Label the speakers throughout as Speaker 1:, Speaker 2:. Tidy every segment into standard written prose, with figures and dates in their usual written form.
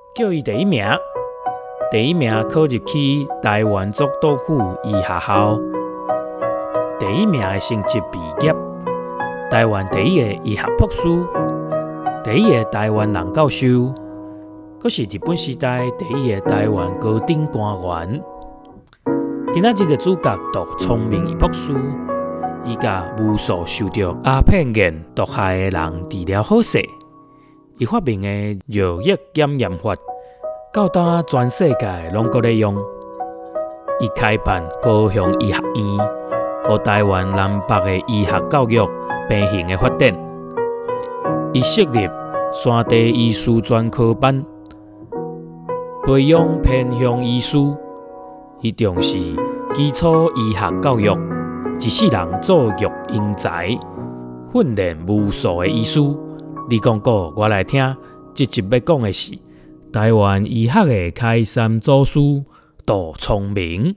Speaker 1: 叫伊第一名。第一名考入去台湾总督府医学校，第一名的成绩毕业，台湾第一个医学博士，第一个台湾男教授，佫是日本时代第一个台湾高等官员。今仔日的主角杜聪明博士，伊甲无数受到鸦片瘾毒害的人治疗好势，伊发明的药液检验法。到今全世界拢搁咧用，伊开办高雄医学院，予台湾南北的医学教育平衡的发展。伊设立山地医师专科班，培养偏乡医师。伊重视基础医学教育，一世人造育英才，训练无数的医师。你讲过，我来听。这集要讲的是台湾医学的开山祖师杜聪明。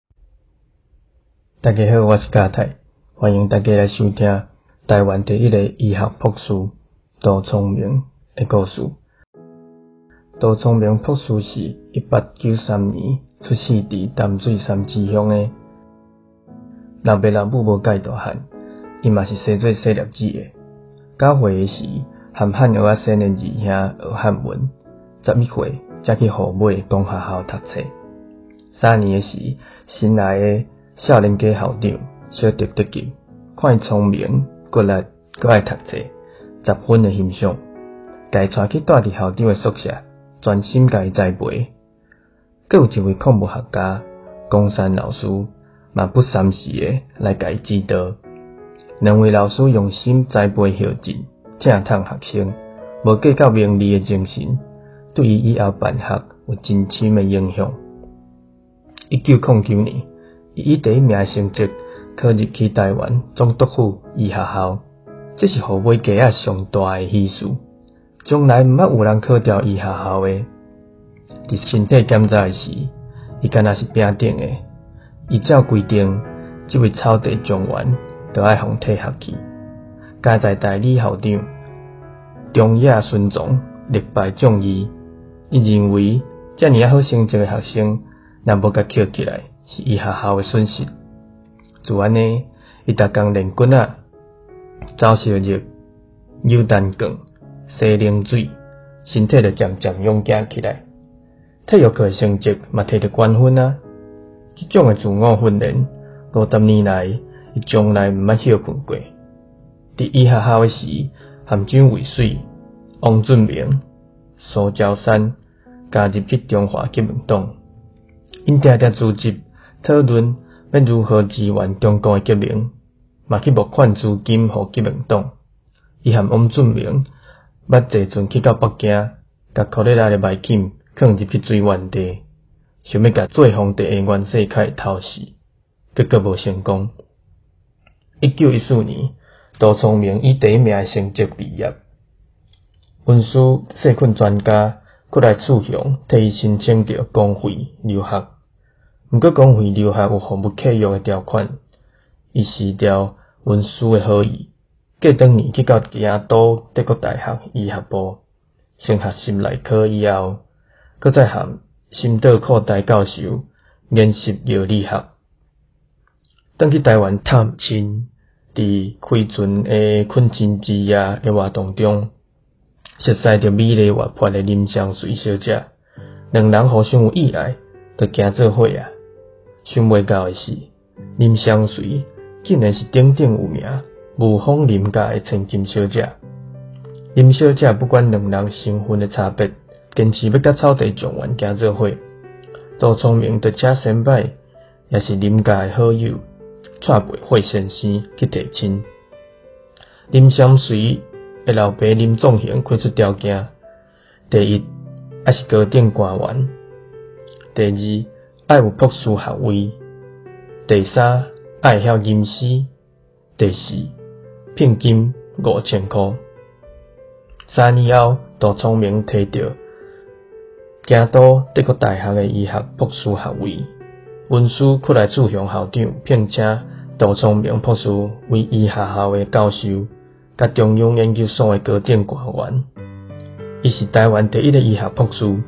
Speaker 2: 大家好，我是嘉泰，欢迎大家来收听台湾第一个医学博士杜聪明的故事。杜聪明博士是1893年出世伫淡水三支乡的，老爸老母无介大汉，伊嘛是生做细粒子的。9岁时，和汉学仔生的二兄学汉文，11岁才去父母公学校读册。3年时，新来的少年家校长小德得救，看伊聪明、骨力，佮爱读册，10分的欣赏，家带去住伫校长的宿舍，专心甲伊栽培。佮有一位矿物学家公山老师，嘛不三时的来甲伊指导。两位老师用心栽培校进，疼痛学生，无计较名利的精神，对伊以后办学有真深的影响。1909年，伊以第一名成绩考入去台湾总督府医学校，这是父母家仔上大的喜事。将来毋捌有人考调医学校的。伫身体检查的时，伊敢若是平等的。依照规定，这位草地状元就要互退学去。家在代理校长中野孙总力排众议，伊认为遮尔好成绩的学生，若无甲捡起来，是医学校的损失。就安尼，伊逐工练棍仔、走烧肉、扭蛋卷、洗冷水，身体就渐渐勇健起来。体育课的成绩嘛摕到冠军啊！这种的自我训练，50年来，伊从来毋捌休困过。伫医学校的时，和蒋渭水、王准明、苏兆山加入去中华革命党，因常常组织讨论要如何支援中国的革命，嘛去募款资金予革命党。伊和王准明捌坐船去到北京，甲库里拉的麦肯放入去水源地，想要甲做皇帝的袁世凯偷死，结果无成功。1914年，杜聪明以第一名的成绩毕业。文书细菌专家佫来处向替伊申请到公费留学，毋过公费留学有服务契约的条款，伊辞掉文书的好意，过当年去到京都德国大学医学部升学心内科以后，佫再和新岛扩大教授研习药理学。当去台湾探亲，伫开船的困亲之夜的活动中，熟悉着美丽活泼的林香水小姐，两人互相有意爱，就行做伙啊。想袂到的是，林香水竟然是鼎鼎有名无风林家的千金小姐。林小姐不管两人身份的差别，坚持要甲草地状元行做伙。杜聪明就请先摆，也是林家的好友，带陪惠先生去提亲。林香水的老爸林仲贤开出条件：第一，爱是高等官员；第二，爱有博士学位；第三，爱晓吟诗；第四，聘金5000块。3年后，杜聪明摕到京都德国大学的医学博士学位。文书佫来处向校长聘请杜聪明博士为医学校的教授，甲中央研究所的高等官员。伊是台湾第一个医学博士，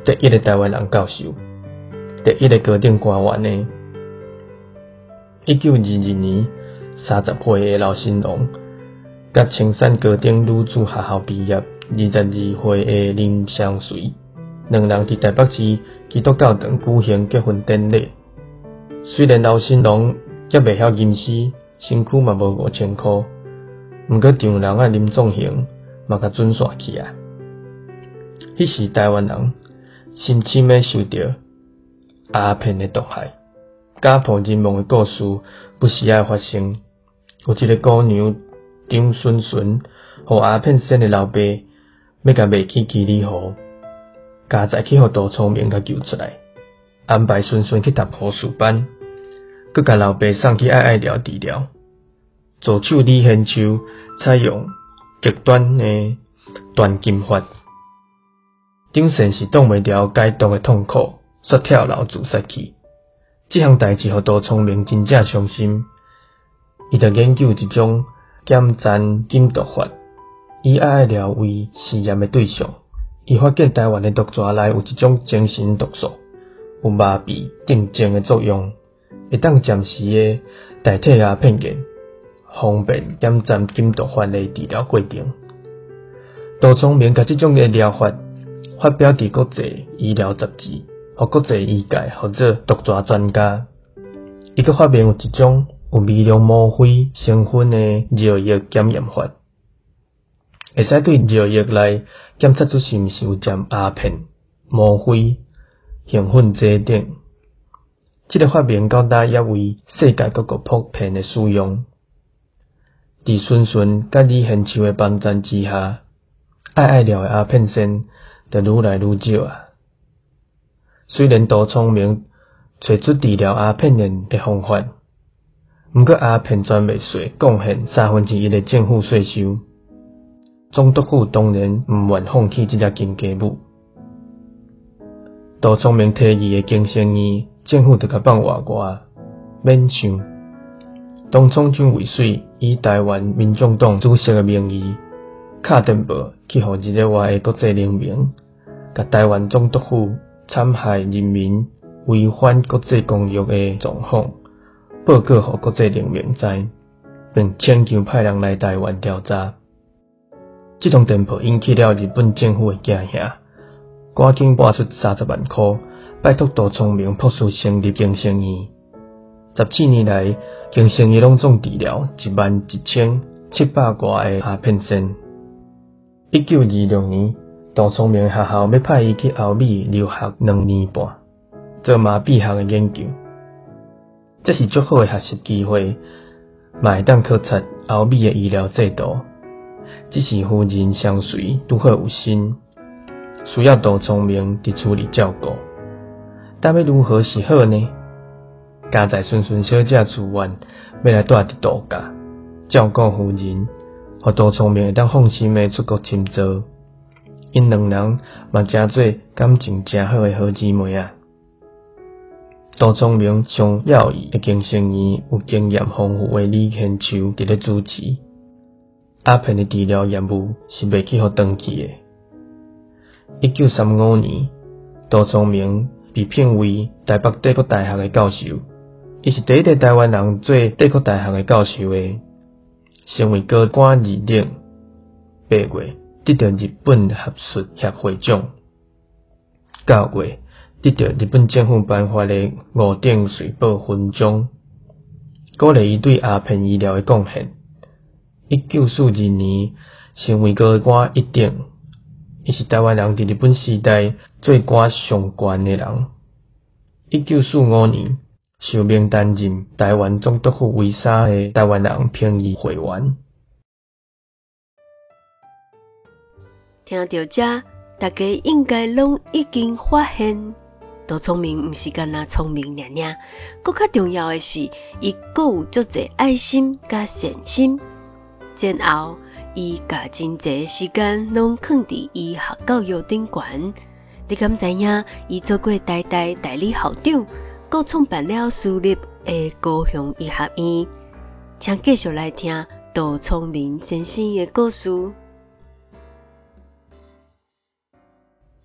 Speaker 2: 第一个台湾人教授，第一个高等官员呢。1922年，30岁的刘新龙，甲青山高等女子学校毕业，22岁的林湘水，两人伫台北市基督教堂举行结婚典礼。虽然刘新龙也袂晓吟诗，身躯嘛无5000块，毋过丈人啊林仲雄嘛甲准煞去啊。迄时台湾人深深的受到鸦片的毒害。家破人亡的故事不时爱发生。有一个姑娘张纯纯，互鸦片癣的老爸要甲卖去基里湖，家在去互杜聪明甲救出来，安排纯纯去读护士班，佮甲老爸送去爱疗治疗。助手李贤秋采用极端的断金法，张癣是挡袂牢解毒的痛苦，煞跳楼自杀去。这项代志，互杜聪明真正伤心。伊就研究一种减残禁毒法，以爱疗为试验的对象。伊发现台湾的毒蛇内有一种精神毒素，有麻痹镇静的作用，会当暂时的代替鸦片瘾，方便减残禁毒法的治疗过程。杜聪明甲这种的疗法发表伫国际医疗杂志。互国际医界或者毒蛇专家，伊阁发明有一种有微量吗啡成分的药液检验法，会使对药液内检测出是毋是有含鸦片、吗啡、兴奋剂等。这个发明到今也为世界各国普遍的使用。伫纯纯甲李贤秋的帮衬之下，爱疗的鸦片癣就愈来愈少啊。虽然杜聪明找出治疗鸦片瘾的方法，毋过鸦片专卖税贡献1/3的政府税收，总督府当然毋愿放弃这只金鸡母。杜聪明提议的经生院，政府就甲放外免赏。东创军卫水以台湾民众党主席的名义，敲电报去互日个外的国际联盟，甲台湾总督府残害人民、违反国际公约的状况，报告予国际联盟知，并请求派人来台湾调查。这通电报引起了日本政府的惊吓，赶紧拨出30万块，拜托杜聪明朴素成立经生院。17年来，经生院拢总治疗11700多个鸦片癣。1926年。杜聪明学校要派伊去欧美留学2年半，做麻痹学的研究。这是足好的学习机会，嘛会当考察欧美的医疗制度。只是夫人相随拄好有心，需要杜聪明伫厝里照顾。但要如何是好呢？家在顺顺小姐自愿要来住伫度假，照顾夫人，互杜聪明会当放心的出国深造。因两人嘛诚做感情诚好的好姊妹啊。杜聪明上要义的经生院有经验丰富的李贤秋伫咧主持，鸦片的治疗业务是袂去互长期的。1935年，杜聪明被聘为台北帝国大学的教授，伊是第一个台湾人做帝国大学的教授的，成为高官2等8月。得到日本学术协会奖，9月得到日本政府颁发的5等瑞宝勋章，鼓励伊对鸦片医疗的贡献。1942年成为高官1等，伊是台湾人伫日本时代做官上悬的人。1945年受命担任台湾总督府为3的台湾人评议会员。
Speaker 3: 听到这，大家应该拢已经发现，杜聪明毋是干那聪明尔尔，更较重要的是，伊阁有足侪爱心甲善心。然后，伊甲真侪时间拢放伫医学教育顶悬。你敢知影？伊做过台大代理校长，阁创办了私立的高雄医学院。请继续来听杜聪明先生的故事。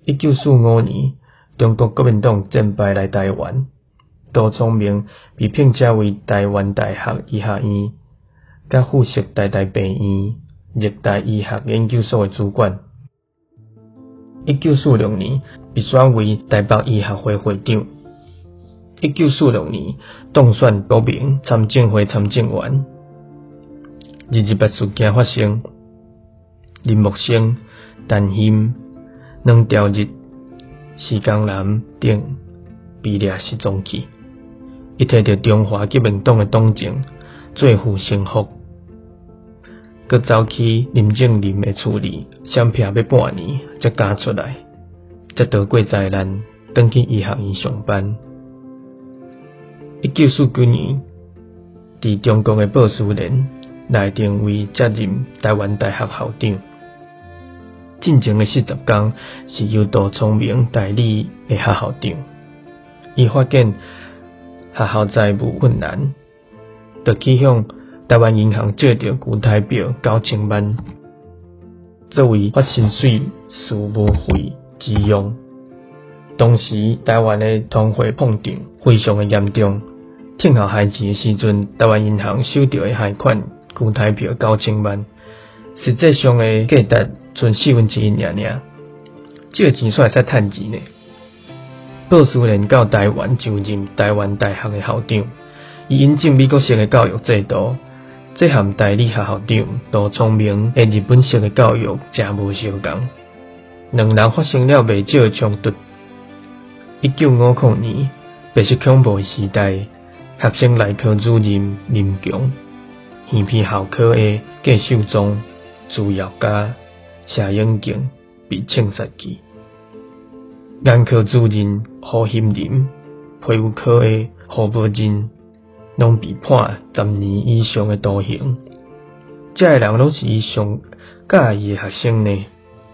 Speaker 2: 1945年，中国国民党战败来台湾，杜聪明被聘请为台湾大学医学院甲附属台病院热带医学研究所的主管。1946年被选为台北医学会会长。1946年当选国民参政会参政员。28事件发生，林木生、陈欣、两条日、施光南等被掠失踪去。伊摕着中华国民党的党证做负成福，佮走去林正林的厝里，闪避要半年才嫁出来，才逃过灾难，转去医学院上班。1949年，伫中国的报书联内定为接任台湾大学校长。进前的40天是由杜聪明代理的学校长。伊发现学校财务困难，就去向台湾银行借着旧台票9000万，作为发薪水、事务费之用。当时台湾的通货膨胀非常的严重，趁校害钱的时阵，台湾银行收到的贷款旧台票9000万，实际上的价值剩1/4尔，这个钱煞会使趁钱呢。鲍斯连到台湾就任台湾大学的校长，伊引进美国式的教育制度，这和代理学校长杜聪明的日本式的教育真无相共，两人发生了未少的冲突。1950年，白色恐怖时代，学生内科主任林强耳鼻喉科的郭秀忠、朱耀嘉、谢永敬被枪杀去。眼科主任胡欣林、皮肤科的胡伯仁拢被判10年以上的徒刑。这个人拢是伊上介意的学生呢。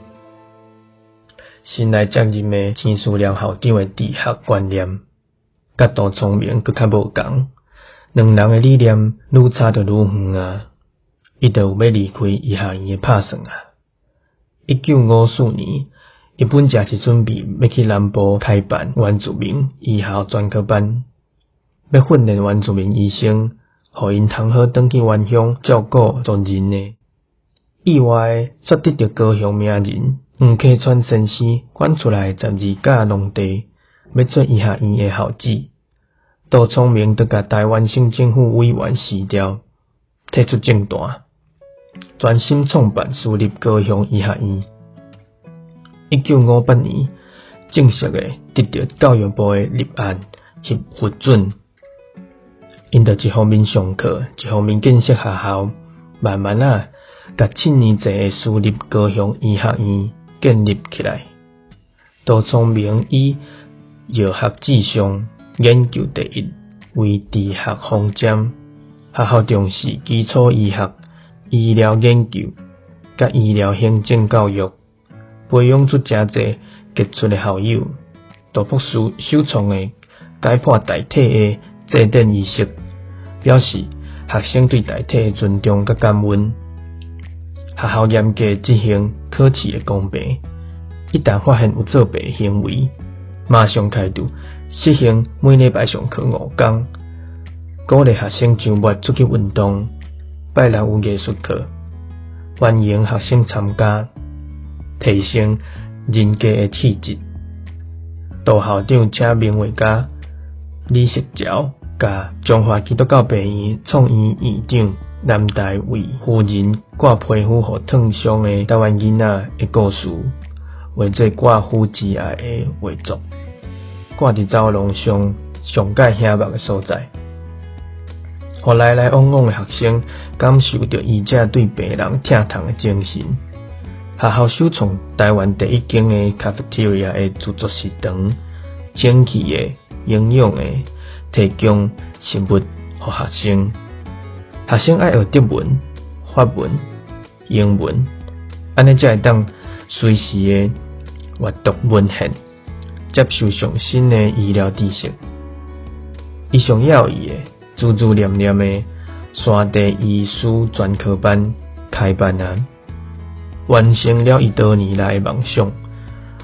Speaker 2: 新来接任的陈树良校长的治学观念，甲杜聪明佫较无共，两人的理念愈差就愈远啊！伊就有要离开医学院的打算啊！1954年，日本正是准备要去南部开办原住民医校专科班，要训练原住民医生，互因通好转去原乡照顾族人呢。意外却得到高雄名人黄溪川先生选出来12甲农地，要做医学院的校址。杜聪明就甲台湾省政府委员辞掉，提出政断，专心创办私立高雄医学院。1958年，正式的得到教育部的立案核准，因就一方面上课，一方面建设学校，慢慢甲7年制的私立高雄医学院建立起来。杜聪明以药学至上、研究第一为治学方针，学校重视基础医学、医疗研究、甲医疗行政教育，培养出真侪杰出的校友。杜博士首创的解剖大体的祭典仪式，表示学生对大体的尊重甲感恩。学校严格执行考试的公平，一旦发现有作弊行为，马上开除，实行每礼拜上课5天，鼓励学生周末出去运动，拜六有艺术课，欢迎学生参加，提升人格的气质。杜校长请名画家李石桥，甲中华基督教病院创院院长南大卫夫人挂皮肤互烫伤的台湾囡仔的故事，画做挂肤之爱的画作，挂伫走廊上上界显目的所在，互来来往往的学生感受到医者对病人疼痛的精神。学校首创台湾第一间的 cafeteria 的自助食堂，整齐的、营养的提供食物予学生。学生爱学德文、法文、英文，安尼才会当随时的阅读文献，接受上新的医疗知识。伊上要义的、孜孜念念的山地医师专科班开办啊！完成了伊多年来的梦想，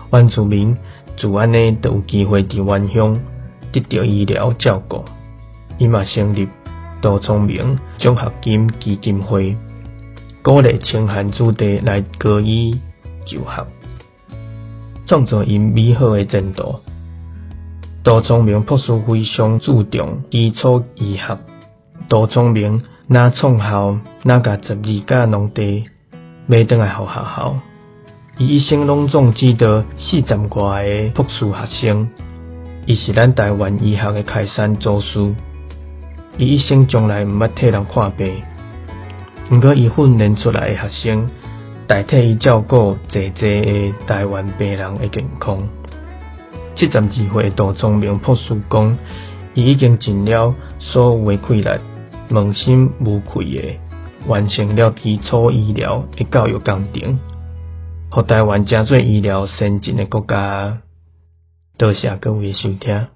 Speaker 2: 原住民自安尼就有机会伫原乡得到医疗照顾。伊嘛成立杜聪明奖学金基金会，鼓励清寒子弟来高医就学，创造因美好的前途。杜聪明博士非常注重基础医学。杜聪明若创校，若甲12甲农地买转来互学校。伊一生拢总指导40多个博士学生。伊是咱台湾医学的开山祖师。伊一生从来毋捌替人看病，毋过伊训练出来的学生，代替伊照顾济的台湾病人的健康。72岁杜聪明博士讲，伊已经尽了所有的气力，问心无愧的完成了基础医疗的教育工程，互台湾成做医疗先进的国家。多谢各位收听。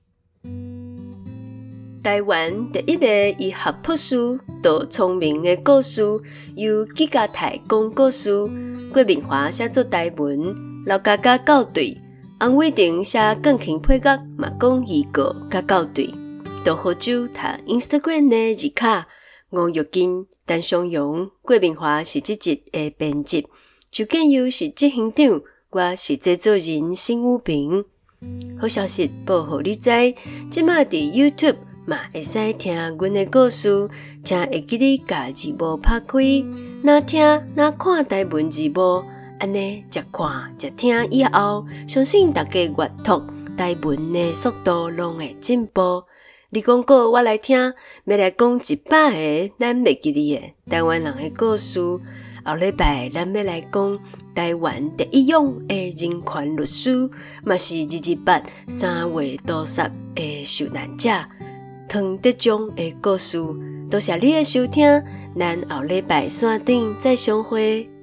Speaker 3: 台湾第一个医学博士杜聪明的故事，由纪家泰讲故事，郭明华写作台文，刘家家校对，洪伟霆写更轻配角，嘛讲预告甲校对。杜好酒读 Instagram 的字卡，吴玉金、陈湘阳、郭明华是这集的编辑，周建佑是执行长，我是制作人辛武平。好消息报互你知，即马伫 YouTube 嘛会使听阮的故事，请会记你甲字幕拍开，若听若看台文字幕，安尼一看一听以后，相信大家阅读台文的速度拢会进步。你讲过我来听，要来讲100个咱袂记哩的台湾人的故事。后礼拜咱要来讲台湾第一勇的人权律师，嘛是228 3月屠杀的受难者唐德忠的故事。多谢你的收听，咱后礼拜线顶再相会。